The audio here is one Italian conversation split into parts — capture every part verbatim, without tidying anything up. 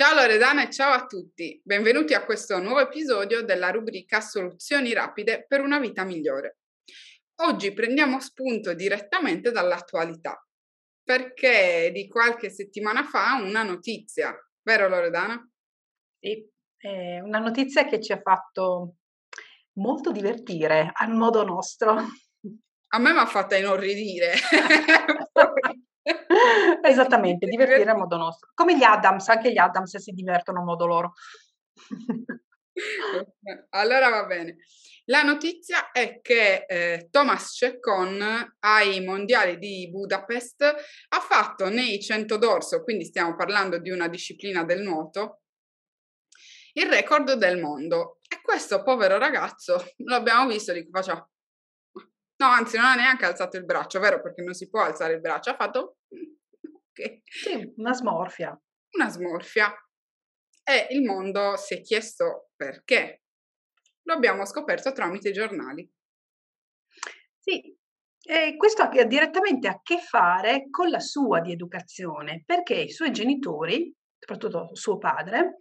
Ciao Loredana e ciao a tutti, benvenuti a questo nuovo episodio della rubrica Soluzioni rapide per una vita migliore. Oggi prendiamo spunto direttamente dall'attualità, perché di qualche settimana fa una notizia, vero Loredana? Sì, è una notizia che ci ha fatto molto divertire al modo nostro. A me mi ha fatta inorridire. Esattamente, divertire a modo nostro. Come gli Addams, anche gli Addams si divertono a modo loro. Allora va bene. La notizia è che eh, Thomas Ceccon ai mondiali di Budapest ha fatto nei cento dorso, quindi stiamo parlando di una disciplina del nuoto, il record del mondo. E questo povero ragazzo, lo abbiamo visto lì che faceva, no, anzi non ha neanche alzato il braccio, vero? Perché non si può alzare il braccio, ha fatto okay. Sì, una smorfia. Una smorfia. E il mondo si è chiesto perché. Lo abbiamo scoperto tramite i giornali. Sì, e questo ha direttamente a che fare con la sua di educazione, perché i suoi genitori, soprattutto suo padre,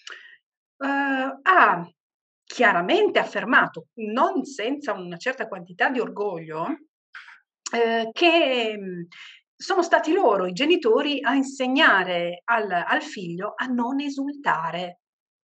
uhm, ha chiaramente affermato, non senza una certa quantità di orgoglio, ehm, che, mhmm, sono stati loro i genitori a insegnare al al figlio a non esultare.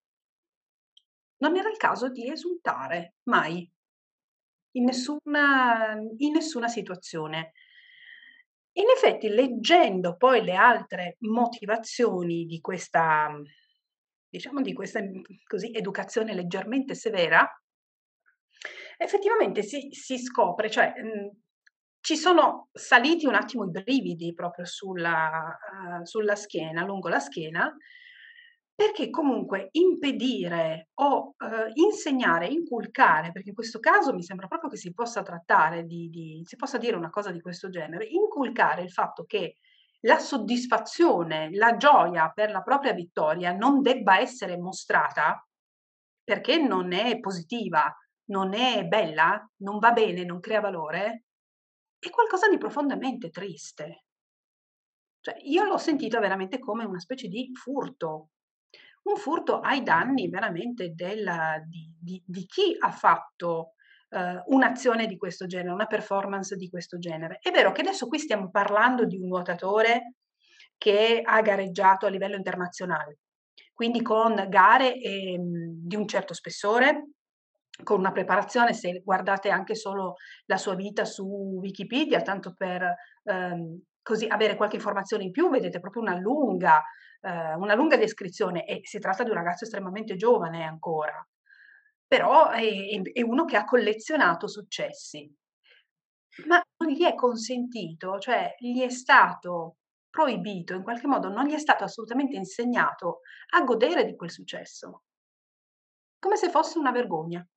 Non era il caso di esultare, mai. In nessuna in nessuna situazione. In effetti, leggendo poi le altre motivazioni di questa diciamo di questa, mhmm, così, educazione leggermente severa, effettivamente si si scopre, cioè, mhmm, ci sono saliti un attimo i brividi proprio sulla uhm, sulla schiena, lungo la schiena, perché comunque impedire o, uhm, insegnare, inculcare, perché in questo caso mi sembra proprio che si possa trattare di di si possa dire una cosa di questo genere, inculcare il fatto che la soddisfazione, la gioia per la propria vittoria non debba essere mostrata, perché non è positiva, non è bella, non va bene, non crea valore, è qualcosa di profondamente triste. Cioè, io l'ho sentita veramente come una specie di furto, un furto ai danni veramente del di di di chi ha fatto, uhm, un'azione di questo genere, una performance di questo genere. È vero che adesso qui stiamo parlando di un nuotatore che ha gareggiato a livello internazionale, quindi con gare, ehm, di un certo spessore, con una preparazione, se guardate anche solo la sua vita su Wikipedia, tanto per, uhm, così avere qualche informazione in più, vedete proprio una lunga ehm, una lunga descrizione, e si tratta di un ragazzo estremamente giovane ancora, però è è è uno che ha collezionato successi. Ma non gli è consentito, cioè gli è stato proibito, in qualche modo non gli è stato assolutamente insegnato a godere di quel successo, come se fosse una vergogna.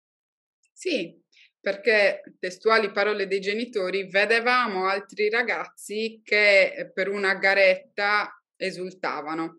Sì, perché testuali parole dei genitori, vedevamo altri ragazzi che eh, per una garetta esultavano.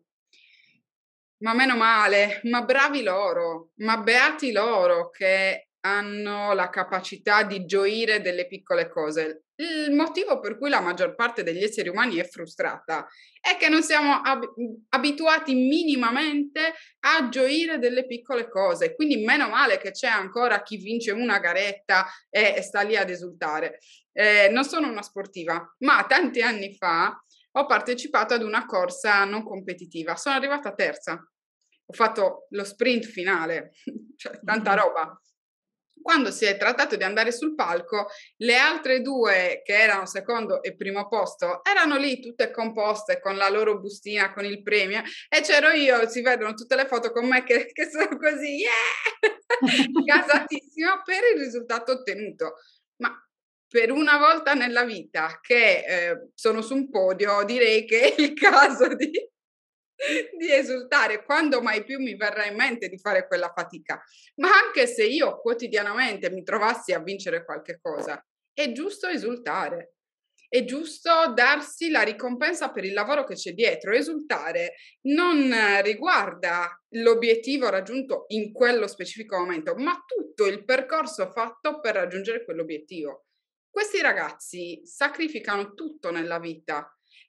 Ma meno male, ma bravi loro, ma beati loro che hanno la capacità di gioire delle piccole cose. Il motivo per cui la maggior parte degli esseri umani è frustrata è che non siamo ab- abituati minimamente a gioire delle piccole cose. Quindi meno male che c'è ancora chi vince una garetta e, e sta lì ad esultare. Eh, non sono una sportiva, ma tanti anni fa ho partecipato ad una corsa non competitiva. Sono arrivata terza. Ho fatto lo sprint finale, cioè tanta roba. Quando si è trattato di andare sul palco, le altre due che erano secondo e primo posto erano lì tutte composte con la loro bustina, con il premio, e c'ero io, si vedono tutte le foto con me che, che sono così, yeah! Gasatissima per il risultato ottenuto. Ma per una volta nella vita che eh, sono su un podio, direi che è il caso di, di esultare, quando mai più mi verrà in mente di fare quella fatica. Ma anche se io quotidianamente mi trovassi a vincere qualche cosa, è giusto esultare. È giusto darsi la ricompensa per il lavoro che c'è dietro. Esultare non riguarda l'obiettivo raggiunto in quello specifico momento, ma tutto il percorso fatto per raggiungere quell'obiettivo. Questi ragazzi sacrificano tutto nella vita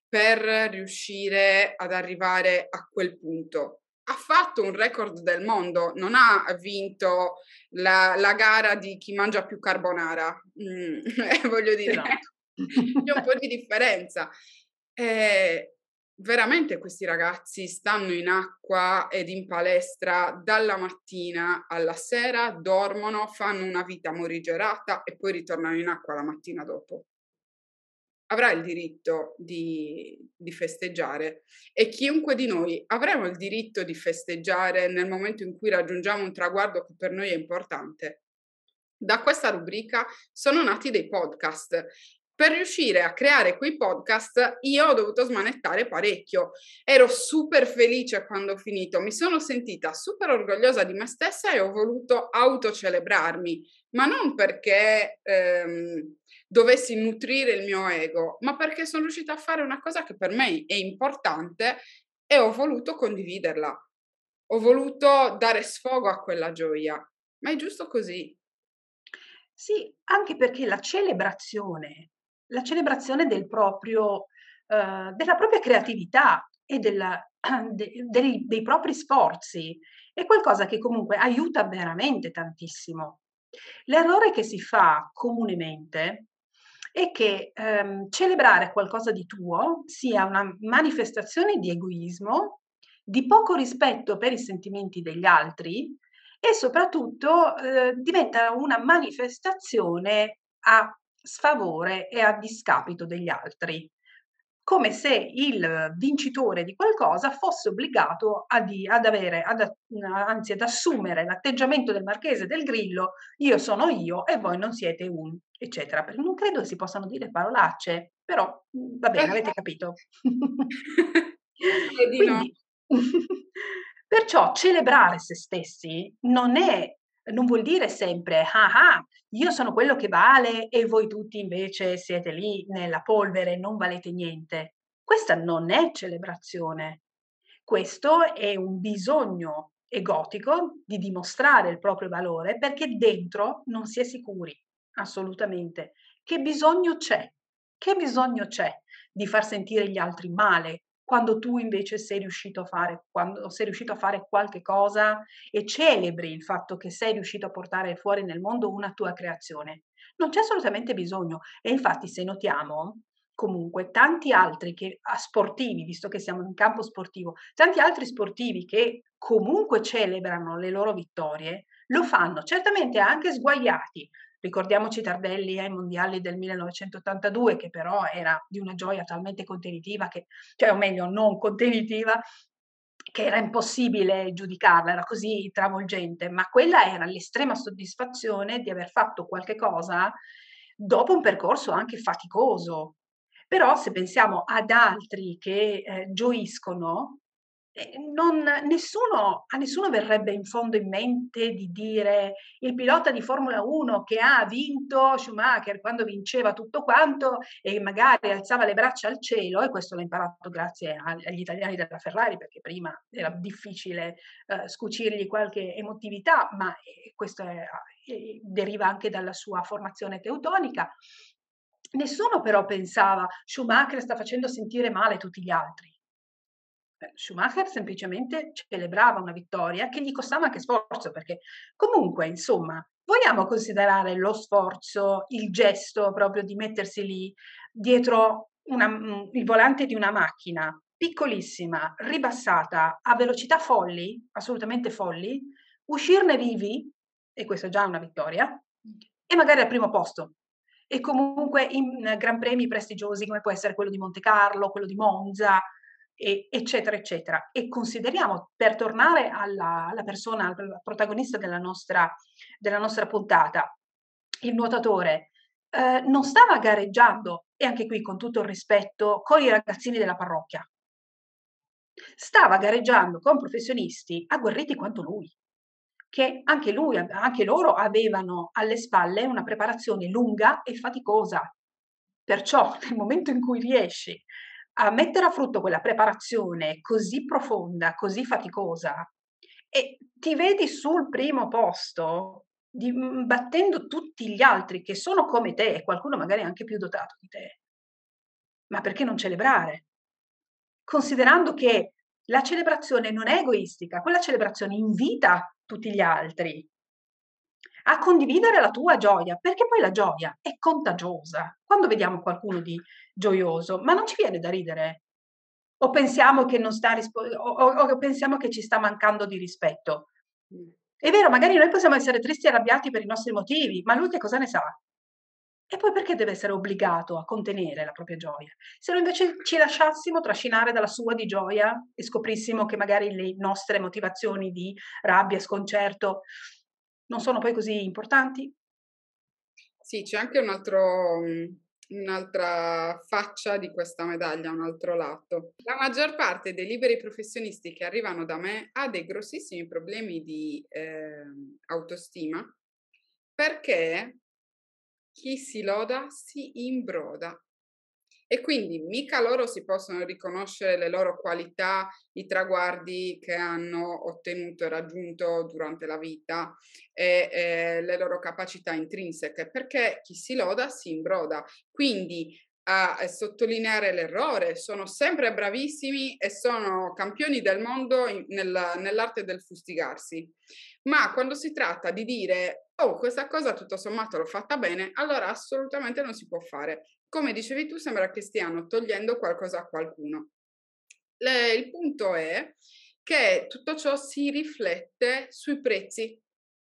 per riuscire ad arrivare a quel punto. Ha fatto un record del mondo, non ha vinto la, la gara di chi mangia più carbonara, mm, voglio dire, Esatto. c'è un po' di differenza. Eh, veramente questi ragazzi stanno in acqua ed in palestra dalla mattina alla sera, dormono, fanno una vita morigerata e poi ritornano in acqua la mattina dopo. Avrà il diritto di, di festeggiare e chiunque di noi avremo il diritto di festeggiare nel momento in cui raggiungiamo un traguardo che per noi è importante. Da questa rubrica sono nati dei podcast. Per riuscire a creare quei podcast io ho dovuto smanettare parecchio. Ero super felice quando ho finito, mi sono sentita super orgogliosa di me stessa e ho voluto autocelebrarmi, ma non perché ehm, dovessi nutrire il mio ego, ma perché sono riuscita a fare una cosa che per me è importante e ho voluto condividerla. Ho voluto dare sfogo a quella gioia, ma è giusto così. Sì, anche perché la celebrazione la celebrazione del proprio ehm, della propria creatività e della de dei dei propri sforzi è qualcosa che comunque aiuta veramente tantissimo. L'errore che si fa comunemente è che, ehm, celebrare qualcosa di tuo sia una manifestazione di egoismo, di poco rispetto per i sentimenti degli altri e soprattutto, ehm, diventa una manifestazione a sfavore e a discapito degli altri. Come se il vincitore di qualcosa fosse obbligato a di ad avere ad a anzi ad assumere l'atteggiamento del Marchese del Grillo: "Io sono io e voi non siete un" eccetera. Perché non credo che si possano dire parolacce, però, mhmm, va bene, avete capito. Direi di no. Quindi perciò celebrare se stessi non è non vuol dire sempre: "Ah, ah, io sono quello che vale e voi tutti invece siete lì nella polvere, non valete niente." Questa non è celebrazione. Questo è un bisogno egotico di dimostrare il proprio valore perché dentro non si è sicuri, assolutamente. Che bisogno c'è? Che bisogno c'è di far sentire gli altri male quando tu invece sei riuscito a fare quando sei riuscito a fare qualche cosa e celebri il fatto che sei riuscito a portare fuori nel mondo una tua creazione. Non c'è assolutamente bisogno e infatti se notiamo, comunque tanti altri che a sportivi, visto che siamo in campo sportivo, tanti altri sportivi che comunque celebrano le loro vittorie, lo fanno certamente anche sguaiati. Ricordiamoci Tardelli ai mondiali del millenovecentottantadue che però era di una gioia talmente contenitiva che cioè o meglio non contenitiva, che era impossibile giudicarla, era così travolgente, ma quella era l'estrema soddisfazione di aver fatto qualche cosa dopo un percorso anche faticoso. Però se pensiamo ad altri che, ehm, gioiscono, ehm, non nessuno a nessuno verrebbe in fondo in mente di dire: "Il pilota di Formula uno che ha vinto, Schumacher, quando vinceva tutto quanto e magari alzava le braccia al cielo", e questo l'ha imparato grazie a agli italiani della Ferrari, perché prima era difficile, ehm, scucirgli qualche emotività, ma, ehm, questo è a ehm, deriva anche dalla sua formazione teutonica. Nessuno però pensava: "Schumacher sta facendo sentire male tutti gli altri". Eh, Schumacher semplicemente celebrava una vittoria che gli costava anche sforzo, perché comunque, insomma, vogliamo considerare lo sforzo, il gesto proprio di mettersi lì dietro una mhmm, il volante di una macchina piccolissima, ribassata, a velocità folli, assolutamente folli, uscirne vivi, e questa è già una vittoria, e magari al primo posto. E comunque in gran premi prestigiosi come può essere quello di Montecarlo, quello di Monza, e eccetera, eccetera. E consideriamo, per tornare alla alla persona, al protagonista della nostra della nostra puntata, il nuotatore, ehm, non stava gareggiando, e anche qui con tutto il rispetto, con i ragazzini della parrocchia. Stava gareggiando con professionisti agguerriti quanto lui, che anche lui av anche loro avevano alle spalle una preparazione lunga e faticosa. Perciò nel momento in cui riesci a mettere a frutto quella preparazione così profonda, così faticosa e ti vedi sul primo posto, di mhmm, battendo tutti gli altri che sono come te e qualcuno magari anche più dotato di te, ma perché non celebrare? considerando che la celebrazione non è egoistica, quella celebrazione invita tutti gli altri a condividere la tua gioia, perché poi la gioia è contagiosa. Quando vediamo qualcuno di gioioso, ma non ci viene da ridere? O pensiamo che non sta rispo o o o pensiamo che ci sta mancando di rispetto? Mh. È vero, magari noi possiamo essere tristi e arrabbiati per i nostri motivi, ma lui che cosa ne sa? E poi perché deve essere obbligato a contenere la propria gioia? Se noi invece ci lasciassimo trascinare dalla sua di gioia e scoprissimo che magari le nostre motivazioni di rabbia e sconcerto non sono poi così importanti? Sì, c'è anche un altro mhmm, un'altra faccia di questa medaglia, un altro lato. La maggior parte dei liberi professionisti che arrivano da me ha dei grossissimi problemi di, ehm, autostima, perché chi si loda si imbroda. E quindi mica loro si possono riconoscere le loro qualità, i traguardi che hanno ottenuto e raggiunto durante la vita e, ehm, le loro capacità intrinseche, perché chi si loda si imbroda. Quindi a, ehm, sottolineare l'errore, sono sempre bravissimi e sono campioni del mondo in nel nell'arte del fustigarsi. Ma quando si tratta di dire: "Oh, questa cosa tutto sommato l'ho fatta bene", allora assolutamente non si può fare. Come dicevi tu, sembra che stiano togliendo qualcosa a qualcuno. Le il punto è che tutto ciò si riflette sui prezzi.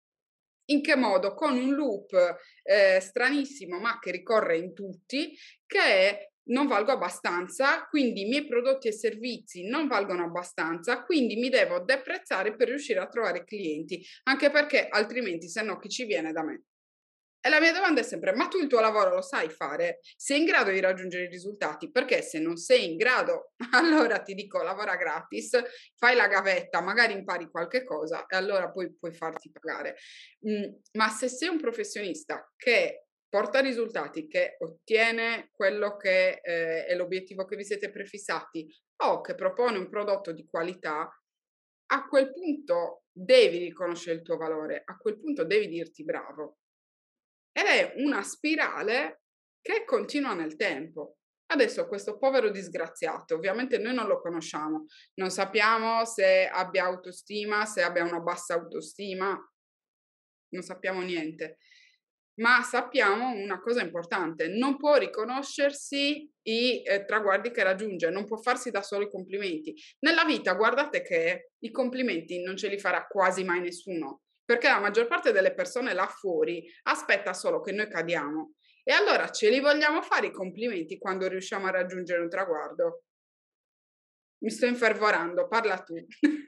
In che modo? Con un loop, ehm, stranissimo, ma che ricorre in tutti, che è: non valgo abbastanza, quindi i miei prodotti e servizi non valgono abbastanza, quindi mi devo deprezzare per riuscire a trovare clienti, anche perché altrimenti se no chi ci viene da me? E la mia domanda è sempre: ma tu il tuo lavoro lo sai fare? Sei in grado di raggiungere i risultati? Perché se non sei in grado, allora ti dico lavora gratis, fai la gavetta, magari impari qualche cosa e allora poi puoi farti pagare. Mhmm, ma se sei un professionista che porta risultati, che ottiene quello che, ehm, è l'obiettivo che vi siete prefissati o che propone un prodotto di qualità, a quel punto devi riconoscere il tuo valore, a quel punto devi dirti bravo. Ed è una spirale che continua nel tempo. Adesso questo povero disgraziato, ovviamente noi non lo conosciamo, non sappiamo se abbia autostima, se abbia una bassa autostima, non sappiamo niente. Ma sappiamo una cosa importante: non può riconoscersi i, ehm, traguardi che raggiunge, non può farsi da solo i complimenti. Nella vita guardate che i complimenti non ce li farà quasi mai nessuno, perché la maggior parte delle persone là fuori aspetta solo che noi cadiamo. E allora ce li vogliamo fare i complimenti quando riusciamo a raggiungere un traguardo? Mi sto infervorando, parla tu.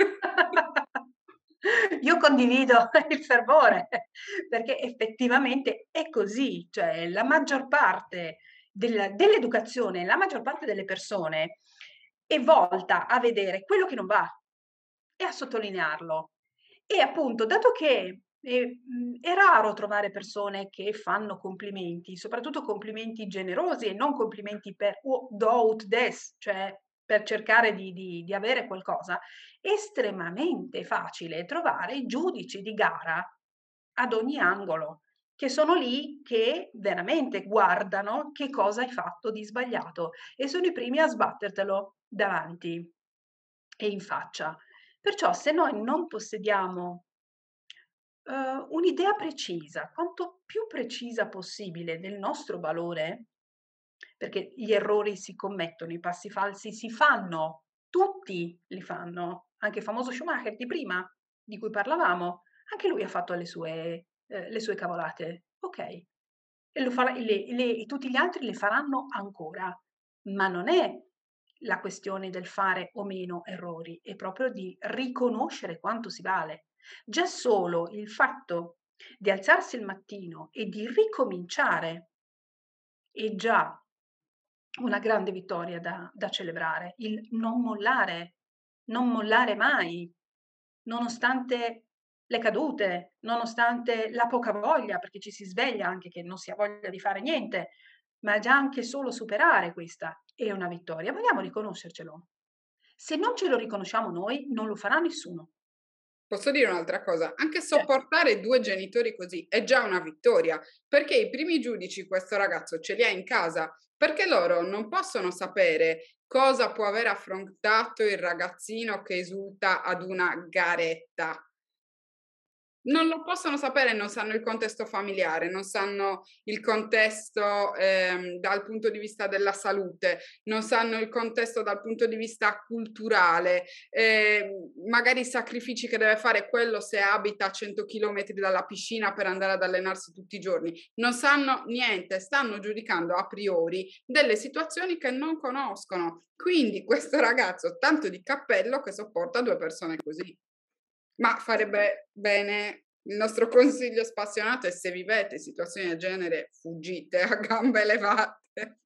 Io condivido il fervore, perché effettivamente è così, cioè la maggior parte del dell'educazione, la maggior parte delle persone è volta a vedere quello che non va e a sottolinearlo. E appunto, dato che, ehm, mhmm, è raro trovare persone che fanno complimenti, soprattutto complimenti generosi e non complimenti per o do ut des, cioè per cercare di di di avere qualcosa, estremamente facile trovare i giudici di gara ad ogni angolo, che sono lì che veramente guardano che cosa hai fatto di sbagliato e sono i primi a sbattertelo davanti e in faccia. Perciò se noi non possediamo, uhm, un'idea precisa, quanto più precisa possibile del nostro valore, perché gli errori si commettono, i passi falsi si fanno, tutti li fanno. Anche il famoso Schumacher di prima, di cui parlavamo, anche lui ha fatto le sue ehm, le sue cavolate, okay. E lo farà le le e tutti gli altri le faranno ancora, ma non è la questione del fare o meno errori, è proprio di riconoscere quanto si vale. Già solo il fatto di alzarsi il mattino e di ricominciare è già una grande vittoria da da celebrare, il non mollare, non mollare mai, nonostante le cadute, nonostante la poca voglia, perché ci si sveglia anche che non si ha voglia di fare niente, ma già anche solo superare questa è una vittoria. Vogliamo riconoscercelo. Se non ce lo riconosciamo noi, non lo farà nessuno. Posso dire un'altra cosa? Anche Certo. sopportare due genitori così è già una vittoria, perché i primi giudici questo ragazzo ce li ha in casa, perché loro non possono sapere cosa può aver affrontato il ragazzino che esulta ad una garetta. Non lo possono sapere, non sanno il contesto familiare, non sanno il contesto ehm, dal punto di vista della salute, non sanno il contesto dal punto di vista culturale, eh, magari i sacrifici che deve fare quello se abita a cento chilometri dalla piscina per andare ad allenarsi tutti i giorni. Non sanno niente, stanno giudicando a priori delle situazioni che non conoscono. Quindi questo ragazzo, tanto di cappello che sopporta due persone così. Ma farebbe bene, il nostro consiglio spassionato è: se vivete situazioni del genere, fuggite a gambe levate.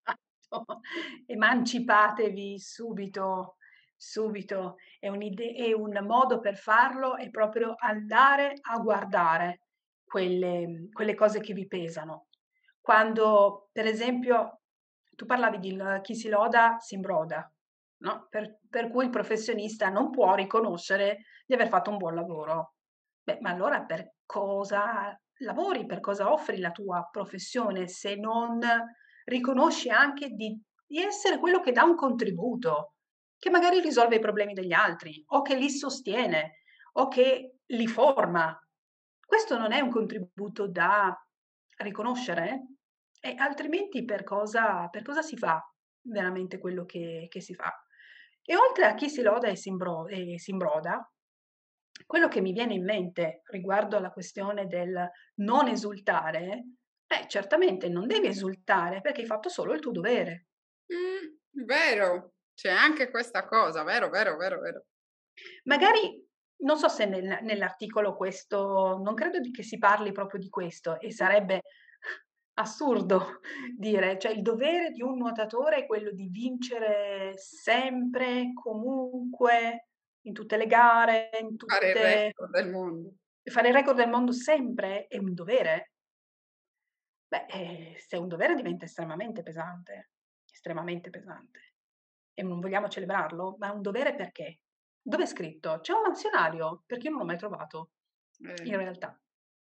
Emancipatevi subito, subito. È un'ide è un modo per farlo è proprio andare a guardare quelle quelle cose che vi pesano. Quando, per esempio, tu parlavi di l chi si loda si imbroda, no, per per cui il professionista non può riconoscere di aver fatto un buon lavoro. Beh, ma allora per cosa lavori, per cosa offri la tua professione se non riconosci anche di di essere quello che dà un contributo, che magari risolve i problemi degli altri, o che li sostiene, o che li forma. Questo non è un contributo da riconoscere? E altrimenti per cosa per cosa si fa veramente quello che che si fa? E oltre a chi si loda e si imbro e si imbroda, quello che mi viene in mente riguardo alla questione del non esultare, eh, certamente non devi esultare perché hai fatto solo il tuo dovere. Mh, vero, c'è anche questa cosa, vero, vero, vero, vero. Magari non so se nel nell'articolo questo non credo di che si parli proprio di questo e sarebbe assurdo dire, cioè il dovere di un nuotatore è quello di vincere sempre, comunque, in tutte le gare, in Fare il tutte record del mondo. fare il record del mondo sempre è un dovere? Beh, ehm, se è un dovere diventa estremamente pesante, estremamente pesante. E non vogliamo celebrarlo? Ma è un dovere perché? Dove è scritto? C'è un mansionario? Perché io non l'ho mai trovato, in Eh. realtà.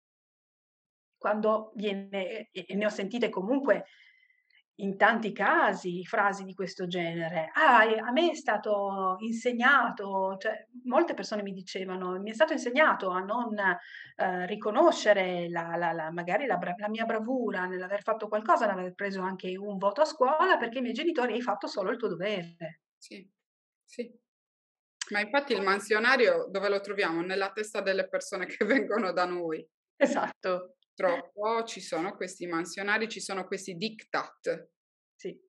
Quando viene e e ne ho sentite comunque in tanti casi frasi di questo genere: "Ah, e a me è stato insegnato", cioè molte persone mi dicevano: "Mi è stato insegnato a non, ehm, riconoscere la la la magari la bra la mia bravura nell'aver fatto qualcosa, nell'aver preso anche un voto a scuola, perché i miei genitori: 'Hai fatto solo il tuo dovere'". Sì, sì. Ma infatti il mansionario dove lo troviamo? Nella testa delle persone che vengono da noi. Esatto, Purtroppo ci sono questi mansionari, ci sono questi diktat. sì.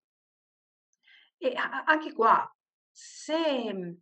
E a a anche qua, se, mhmm,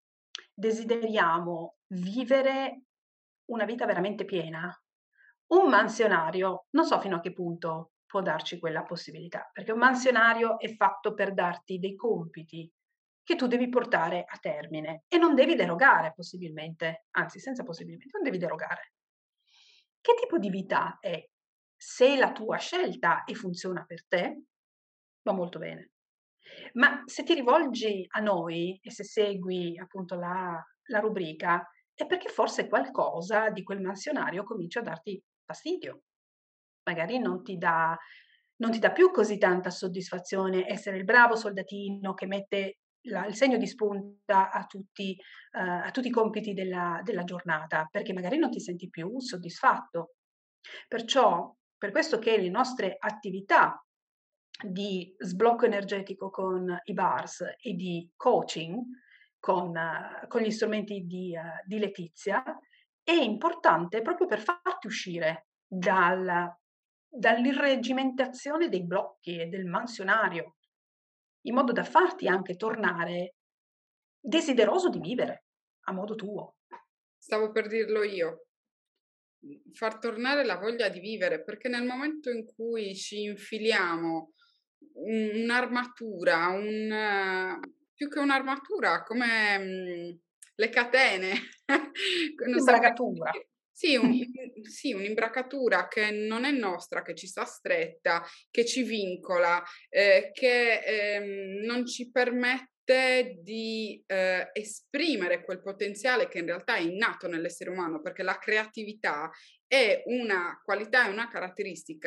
desideriamo vivere una vita veramente piena, un mansionario non so fino a che punto può darci quella possibilità, perché un mansionario è fatto per darti dei compiti che tu devi portare a termine e non devi derogare possibilmente, anzi senza possibilmente, non devi derogare. Che tipo di vita è? Se la tua scelta e funziona per te, va molto bene. Ma se ti rivolgi a noi e se segui appunto la la rubrica, è perché forse qualcosa di quel mansionario comincia a darti fastidio. Magari non ti dà non ti dà più così tanta soddisfazione essere il bravo soldatino che mette la il segno di spunta a tutti uhm, a tutti i compiti della della giornata, perché magari non ti senti più soddisfatto. Perciò, per questo che le nostre attività di sblocco energetico con i bars e di coaching con eh, con gli strumenti di ehm, di Letizia, è importante proprio per farti uscire dal dall'irreggimentazione dei blocchi e del mansionario, in modo da farti anche tornare desideroso di vivere a modo tuo. Stavo per dirlo io. Mhmm, far tornare la voglia di vivere, perché nel momento in cui ci infiliamo un un'armatura, un eh, più che un'armatura, come, mhmm, le catene, non saprei come Imbragatura. dire. Sì, un un sì, un'imbracatura che non è nostra, che ci sta stretta, che ci vincola, ehm, che, ehm, non ci permette di, ehm, esprimere quel potenziale che in realtà è innato nell'essere umano, perché la creatività è una qualità e una caratteristica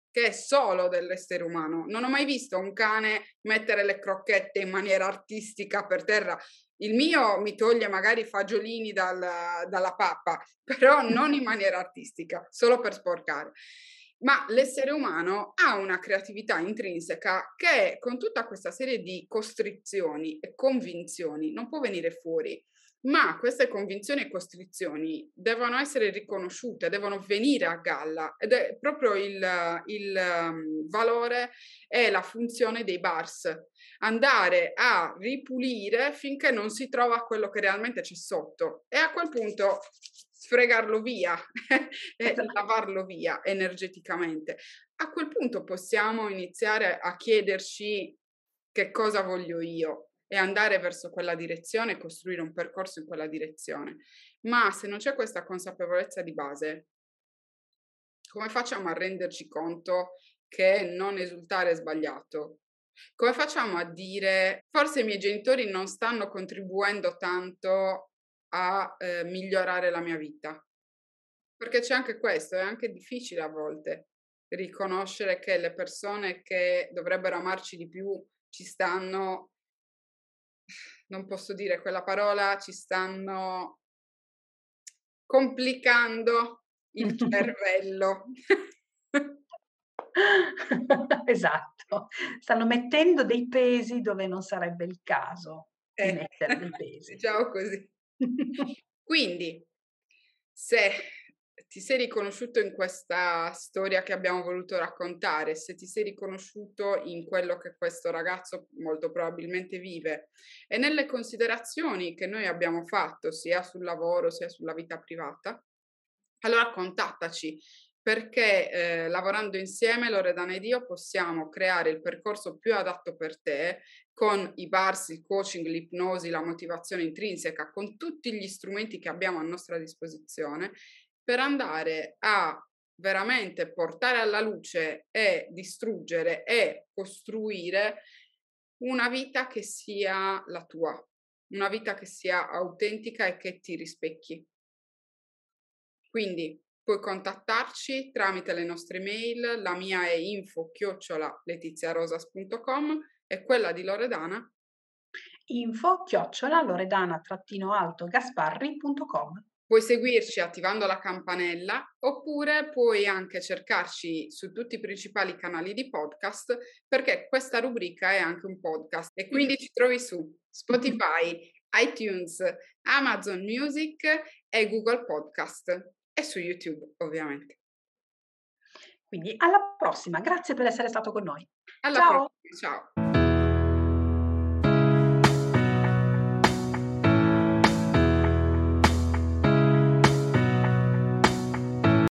che è solo dell'essere umano. Non ho mai visto un cane mettere le crocchette in maniera artistica per terra. Il mio mi toglie magari i fagiolini dal, dalla pappa, però non in maniera artistica, solo per sporcare. Ma l'essere umano ha una creatività intrinseca che con tutta questa serie di costrizioni e convinzioni non può venire fuori. Ma queste convinzioni e costrizioni devono essere riconosciute, devono venire a galla, ed è proprio il, il um, valore e la funzione dei bars, andare a ripulire finché non si trova quello che realmente c'è sotto e a quel punto sfregarlo via e lavarlo via energeticamente. A quel punto possiamo iniziare a chiederci che cosa voglio io e andare verso quella direzione, costruire un percorso in quella direzione. Ma se non c'è questa consapevolezza di base, come facciamo a renderci conto che non esultare è sbagliato? Come facciamo a dire forse i miei genitori non stanno contribuendo tanto a eh, migliorare la mia vita? Perché c'è anche questo, è anche difficile a volte riconoscere che le persone che dovrebbero amarci di più ci stanno, non posso dire quella parola, ci stanno complicando il cervello. Esatto, stanno mettendo dei pesi dove non sarebbe il caso di Eh, mettere dei pesi. diciamo così. Quindi, se ti sei riconosciuto in questa storia che abbiamo voluto raccontare, se ti sei riconosciuto in quello che questo ragazzo molto probabilmente vive e nelle considerazioni che noi abbiamo fatto sia sul lavoro sia sulla vita privata, allora contattaci, perché eh, lavorando insieme Loredana ed io possiamo creare il percorso più adatto per te, con i bars, il coaching, l'ipnosi, la motivazione intrinseca, con tutti gli strumenti che abbiamo a nostra disposizione, per andare a veramente portare alla luce e distruggere e costruire una vita che sia la tua, una vita che sia autentica e che ti rispecchi. Quindi puoi contattarci tramite le nostre mail, la mia è info chiocciola letiziarosas punto com e quella di Loredana info chiocciola loredana trattino alto gasparri punto com. Puoi seguirci attivando la campanella oppure puoi anche cercarci su tutti i principali canali di podcast, perché questa rubrica è anche un podcast e quindi ci trovi su Spotify, iTunes, Amazon Music e Google Podcast e su YouTube ovviamente. Quindi alla prossima, grazie per essere stato con noi. Alla Ciao! prossima, ciao!